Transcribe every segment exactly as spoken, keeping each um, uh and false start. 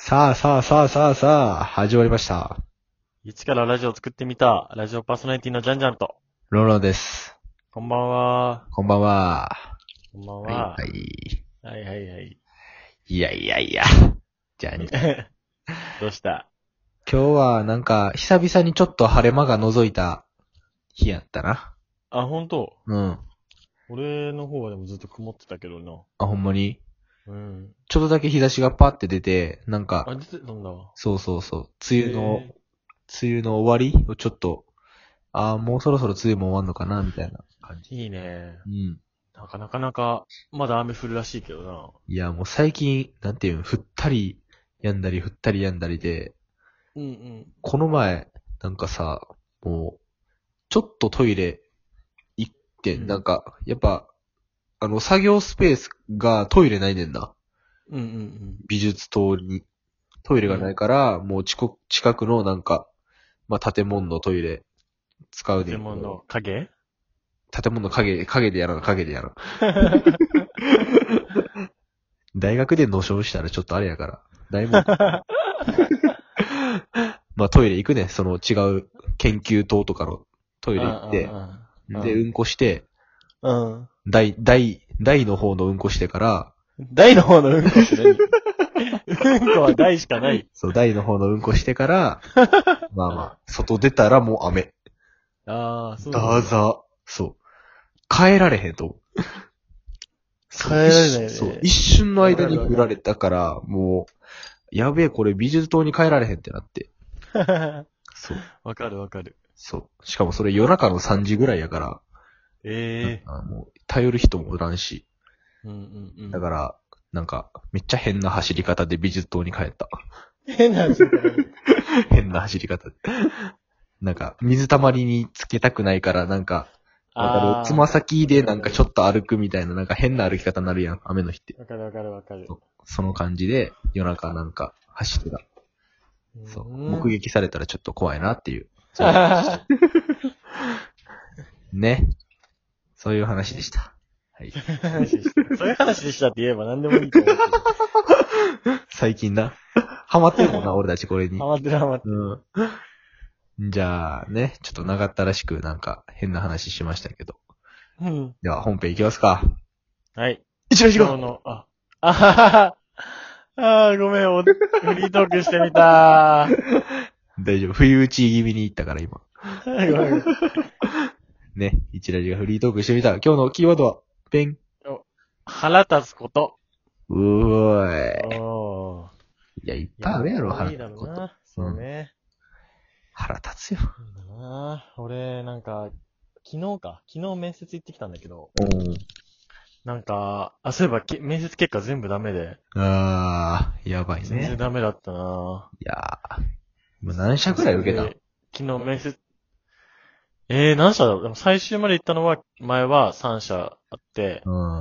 さあさあさあさあさあ、始まりました。 一からラジオを作ってみた、ラジオパーソナリティのジャンジャンと。 ロンロンです。 こんばんは。 こんばんは。 こんばんはいは。 はい。 はいはいはい。 いやいやいや。じゃあ、ね、 どうした今日はなんか久々にちょっと晴れ間が覗いた日やったな。 あ、ほんとうん。 俺の方はでもずっと曇ってたけどな。 あ、ほんまにうん。 ちょっとだけ日差しがパッて出て、なんか、 あ、出てたんだわ。 そうそうそう、梅雨の、 へ梅雨の終わりをちょっと、ああ、もうそろそろ梅雨も終わんのかな、みたいな感じ。 いいね。 うん。 なんかなかなか、まだ雨降るらしいけどな。 いや、もう最近、なんていうの、降ったり、やんだり、降ったりやんだりで、 うんうん。 この前、なんかさ、もう、ちょっとトイレ行って、 うんなんか、やっぱ、あの、作業スペースがトイレないねんな。 うんうん美術棟に。トイレがないから、もう近く近くのなんか、まあ、建物のトイレ使うん。 うねんけど。 建物の影建物の影、影でやらな、影でやらな。大学でのしょしたらちょっとあれやから。大門。まあ、トイレ行くね。その違う研究棟とかのトイレ行って、 うんで、うんこして、 うんうん。 大、大、大の方のうんこしてから、 大の方のうんこって何うんこは大しかない。 そう、大の方のうんこしてから、まあまあ、外出たらもう雨。 ああ、そうなんだ。 だざ。そう。帰られへんと。そう帰られないね一そう、一瞬の間に振られたから、もう、やべえ、これ美術棟に帰られへんってなって。そう。 わかるわかる。 そう。しかもそれ夜中のさんじぐらいやから、 ええあもう頼る人もおらんし。 ー。うんうんうん。 だから、なんか、めっちゃ変な走り方で美術棟に帰った。 変な話だね。 変な走り方で。なんか、水たまりにつけたくないから、なんか、わかるああ。 つま先でなんかちょっと歩くみたいな、なんか変な歩き方になるやん、雨の日って。 わかるわかるわかる。 そうその感じで、夜中なんか走ってた。そう。目撃されたらちょっと怖いなっていう。そうね。そういう話でした。はい。 そういう話でしたって言えば何でもいいと思うけど。 最近な。ハマってるもんな、俺たちこれに。 ハマってるハマってる。 うん。じゃあね、ちょっと長ったらしくなんか変な話しましたけど。 うん。 では本編いきますか。 はい。 一番今日の、あ、あははは。ああ、ごめん、おフリートークしてみたー。 大丈夫。不意打ち気味に行ったから今。 ごめんごめん。 ね。一ラジがフリートークしてみた。今日のキーワードは、ペン。 腹立つこと。 うーい。 おー。 いや、いっぱいあるやろ、腹いいだろ立つこと。 うな。そうね。 腹立つよ。 いいだな。俺、なんか、昨日か。昨日面接行ってきたんだけど、 うん。 なんか、あ、そういえばけ、面接結果全部ダメで。 あー、やばい全然ね。 ダメだったないやー。今何社くらい受けたん？ で昨日面接、えー、何社だろうでも最終まで行ったのは、前はさん社あって、 うん。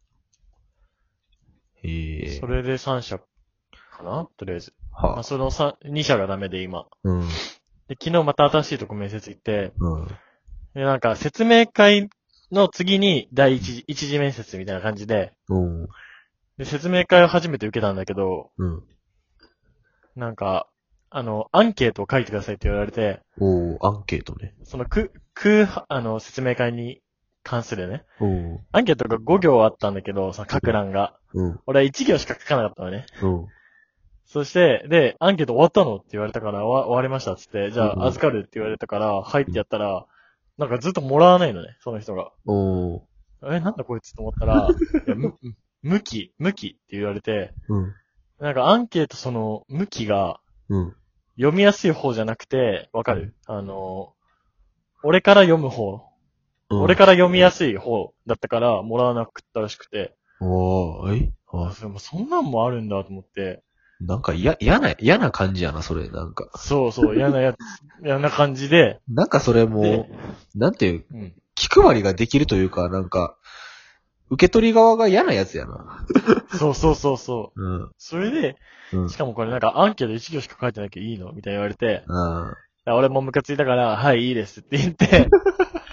へえ。 それでさん社かなとりあえず。まはあ、そのさに社がダメで今。 うん。 で、昨日また新しいとこ面接行って、 うん。 で、なんか説明会の次に第一次、一次面接みたいな感じで、 うん。 で、説明会を初めて受けたんだけど、 うん。 なんか、あの、アンケートを書いてくださいって言われて、 おー、アンケートね。 その、く、く、あの、説明会に関するね。 おー。 アンケートがご行あったんだけど、その書く欄が。 うん。 俺はいち行しか書かなかったのね。 うん。 そして、で、アンケート終わったのって言われたから、終わ終わりましたっつって、じゃうんあ預かるって言われたから、入ってやったら、なんかずっともらわないのね、その人が。 おー。 え、なんだこいつと思ったら、いやむ向き、向きって言われて、 うん。 なんかアンケートその、向きがうん。 読みやすい方じゃなくて、わかる、あの、俺から読む方、 うん。 俺から読みやすい方だったから、もらわなくったらしくて、 おー、えあ、 あ、 それもそんなんもあるんだと思って、 なんか嫌、嫌な、嫌な感じやな、それ、なんか。 そうそう、嫌なやつ、嫌な感じで、 なんかそれもでう、なんていう、 うん。 気配りができるというか、なんか、受け取り側が嫌なやつやな。 そうそうそうそう。 うん。 それで、 うん。 しかもこれなんかアンケートいち行しか書いてなきゃいいのみたいな言われて、 あ俺もムカついたから、はい、いいですって言って、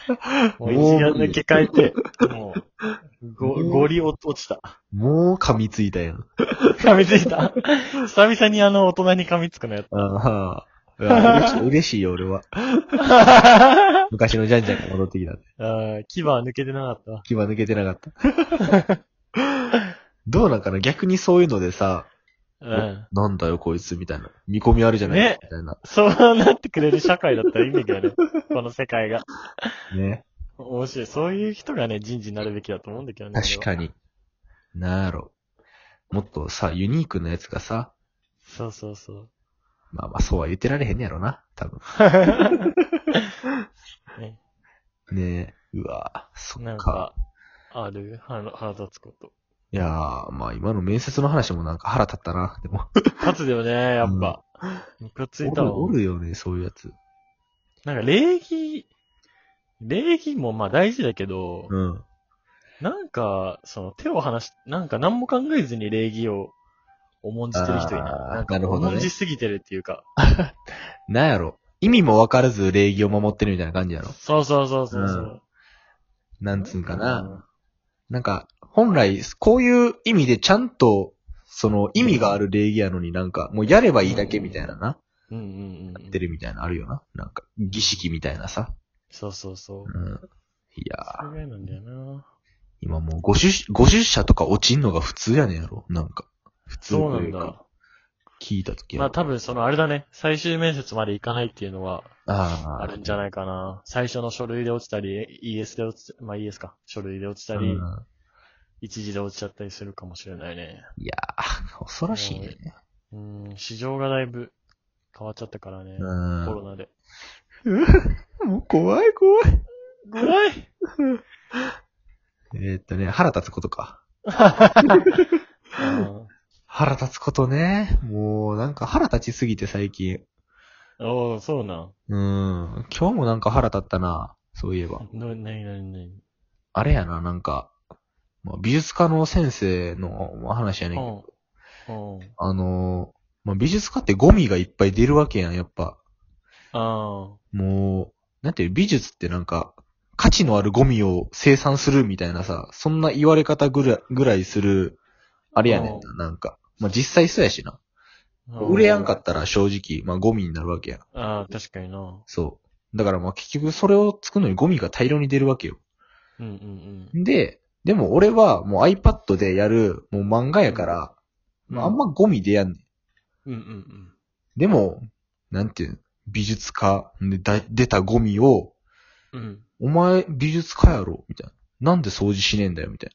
もう一眼抜け替えて、もう、ご、ゴリ落ちた。 もう噛みついたやん。 噛みついた。久々にあの大人に噛みつくのやっああ。うわ嬉しい、嬉しいよ、俺は。 た。 昔のジャンジャンが戻ってきた。 ああ、牙は抜けてなかったわ。 牙抜けてなかった。どうなんかな逆にそういうのでさ、 うん。 なんだよこいつみたいな。見込みあるじゃない、 ねみたいな。 そうなってくれる社会だったらいいんだけどね。この世界が。 ね。 面白い。そういう人がね、人事になるべきだと思うんだけどね。 確かに。なんやろ。もっとさ、ユニークなやつがさ、 そうそうそう。 まあまあそうは言ってられへんねやろな、多分。 ね、 ねえ。うわそっか。 なんか、ある腹腹立つこと。 いやー、まあ今の面接の話もなんか腹立ったな、でも。 立つだよね、やっぱ。ムカついたわ。 おる、おるよね、そういうやつ。 なんか礼儀、礼儀もまあ大事だけど、 うん。 なんか、その手を離し、なんか何も考えずに礼儀を重んじてる人いない。 あーなんかなるほどね重んじすぎてるっていうか。 なんやろ。意味もわからず礼儀を守ってるみたいな感じやろ。 そうそうそうそうそう。 うんなんつうんかな。 な。 なんか、本来、こういう意味でちゃんと、その意味がある礼儀やのになんか、もうやればいいだけみたいなな。 うんうんうん。 やってるみたいなのあるよな。なんか、儀式みたいなさ。 そうそうそう。 うん。いやー、 それぐらいなんだよな。 今もうごじゅう、ごじゅっ社とか落ちんのが普通やねんやろ。なんか。普通そうなんというか。 だ。 聞いたときまあ多分そのあれだね。最終面接まで行かないっていうのはああ。 あるんじゃないかな。最初の書類で落ちたり、イーエス で落ちた、まあ イーエス か。書類で落ちたり、 うん一時で落ちちゃったりするかもしれないね。 いやー、恐ろしいね。 うん、市場がだいぶ変わっちゃったからね。 うん。 コロナで。 もう怖い怖い。 怖いえーっとね、腹立つことか。 うん腹立つことね。もうなんか腹立ちすぎて最近。 おー、そうなん。 うん。今日もなんか腹立ったな。そういえば。 な、なになになにあれやな、なんか、まあ、美術科の先生のまあ話やねんけど。 うん。うん。 あのー、まあ、美術科ってゴミがいっぱい出るわけやん、やっぱ。 あもう、なんていう、美術ってなんか、価値のあるゴミを生産するみたいなさ、そんな言われ方ぐらい、ぐらいする、あれやねんな、なんか。まあ、実際そうやしな。 あ。 売れやんかったら正直、まあ、ゴミになるわけやん。 ああ、確かにな。 そう。だからまあ、結局それを作るのにゴミが大量に出るわけよ。 うんうんうん。 で、でも俺はもう iPad でやる、もう漫画やから、 うんまあ、あんまゴミ出やんねん。 うんうんうん。 でも、なんていうの、美術家でだ出たゴミを、 うん。 お前美術家やろみたいな。なんで掃除しねえんだよみたい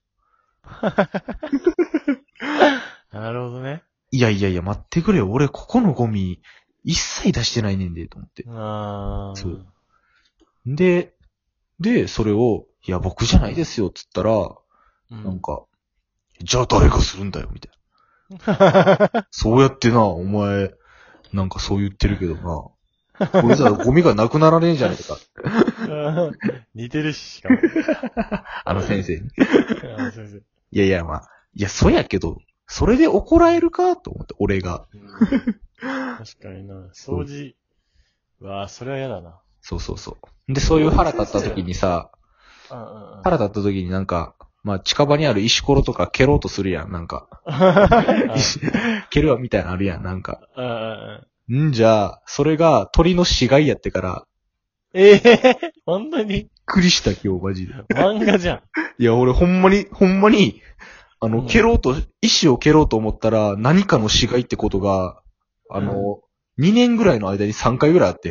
な。 なるほどね。 いやいやいや、待ってくれよ。俺ここのゴミ、一切出してないねんで、と思って。 ああ。 そう。で、で、それを、いや、僕じゃないですよ、つったら、 うん。 なんか、じゃあ誰がするんだよ、みたいな。そうやってな、お前、なんかそう言ってるけどな。これじゃゴミがなくならねえじゃねえか。 似てるし、しかも。 あの先生に。 あの先生。 いやいや、まあ、いや、そうやけど、それで怒られるかと思って、俺が。 うん確かにな。掃除。うわあ、それは嫌だな。 そうそうそう。で、そういう腹立った時にさ、 うんうんうん。 腹立った時になんか、まあ、近場にある石ころとか蹴ろうとするやん、なんか。石蹴るわ、みたいなのあるやん、なんか。 うんうんうん。 んじゃあ、それが鳥の死骸やってから、 ええ本当にびっくりした今日、マジで。 漫画じゃん。 いや、俺ほんまに、ほんまに、あの、 うん蹴ろうと、石を蹴ろうと思ったら、何かの死骸ってことが、あの、にねんぐらいの間にさんかいぐらいあって。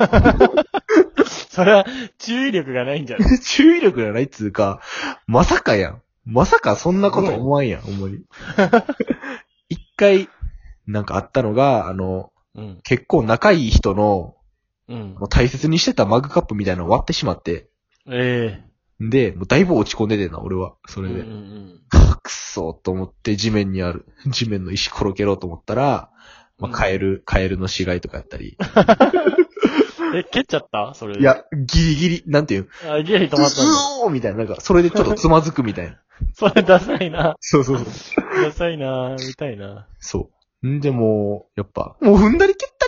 それは、注意力がないんじゃない注意力がないっつうか、まさかやん。まさかそんなこと思わんやん、ほんまに。一回、なんかあったのが、あの、 うん。 結構仲いい人の、 うんもう。大切にしてたマグカップみたいなの割ってしまって。 えで、もうだいぶ落ち込んでてんな、俺は。それで。 えうんうんはくそーと思って地面にある、地面の石転けろうと思ったら、まあ、カエル、カエルの死骸とかやったり。 うん。え、蹴っちゃったそれで。 いや、ギリギリ、なんていうあ、ギリ止まったんだ。 うーみたいな、なんか、それでちょっとつまずくみたいな。 それダサいな。 そうそうそう。 ダサいな。見たいな。 そう。んでもう、やっぱ、もう踏んだり蹴ったり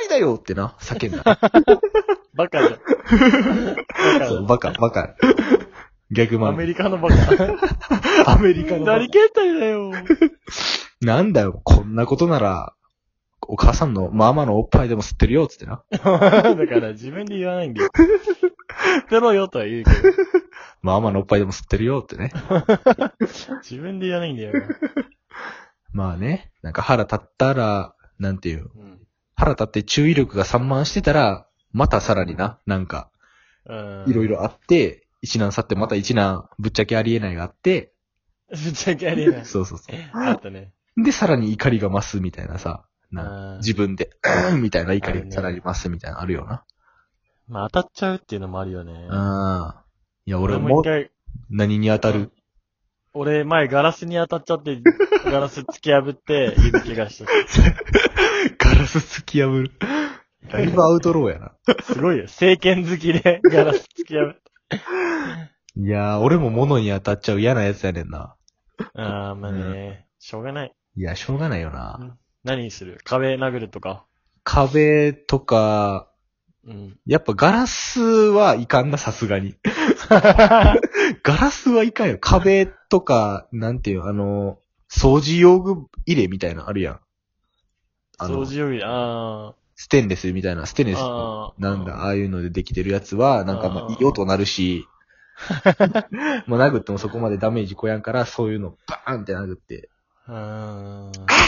りだよってな、叫んだ。 バカじゃん。バカそう、バカ、バカ。逆だ。ア漫メリカのバカ。 アメリカのバ左形態だよ。 カ。なんだよ、こんなことなら、お母さんのママのおっぱいでも吸ってるよ、つってな。 だから自分で言わないんだよ。吸ってろよとは言うけど。 ママのおっぱいでも吸ってるよってね。 自分で言わないんだよ。 まあね、なんか腹立ったら、なんていう、 うん。 腹立って注意力が散漫してたら、またさらにな、なんか、 うん。 いろいろあって、一難去ってまた一難、ぶっちゃけありえないがあって、 ぶっちゃけありえない。 そうそうそう。 あったね。 で、さらに怒りが増すみたいなさ、なうん自分で、うんみたいな怒りがさらに増すみたいなのあるよな。 まあ当たっちゃうっていうのもあるよね。 ああ。いや、俺俺もも一回、 何に当たる俺前ガラスに当たっちゃって、ガラス突き破って指怪我した。 ガラス突き破る。だいぶアウトローやな。 すごいよ。聖剣好きでガラス突き破って。 いやー、俺も物に当たっちゃう嫌なやつやねんな。 ああ、まあね、しょうがない。 いや、しょうがないよな。 何する壁殴るとか。 壁とか、 うん。 やっぱガラスはいかんな、さすがに。ガラスはいかんよ。壁とか、なんていう、あの、掃除用具入れみたいなのあるやん。あの掃除用具、あステンレスみたいな、ステンレスあーなんだ、ああいうのでできてるやつは、なんかまあーあいい音鳴るし、もう殴ってもそこまでダメージこやんから、そういうのバーンって殴って、 あ。あ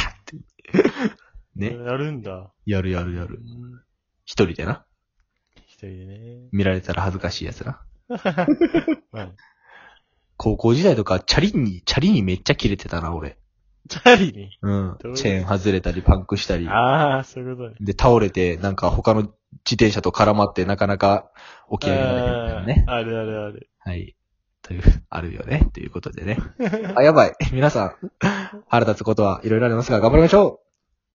ね。 やるんだ。 やるやるやる。 うん一人でな。 一人でね。 見られたら恥ずかしいやつな。 まあ高校時代とか、チャリに、チャリにめっちゃキレてたな、俺。 チャリに。 うんどういう。 チェーン外れたり、パンクしたり。 ああ、そういうことね。 で、倒れて、なんか他の自転車と絡まって、なかなか起き上げられへんみたいなね。 あーあるあるある。 はい。という、あるよね。ということでね。あ、やばい。皆さん、腹立つことはいろいろありますが、頑張りましょう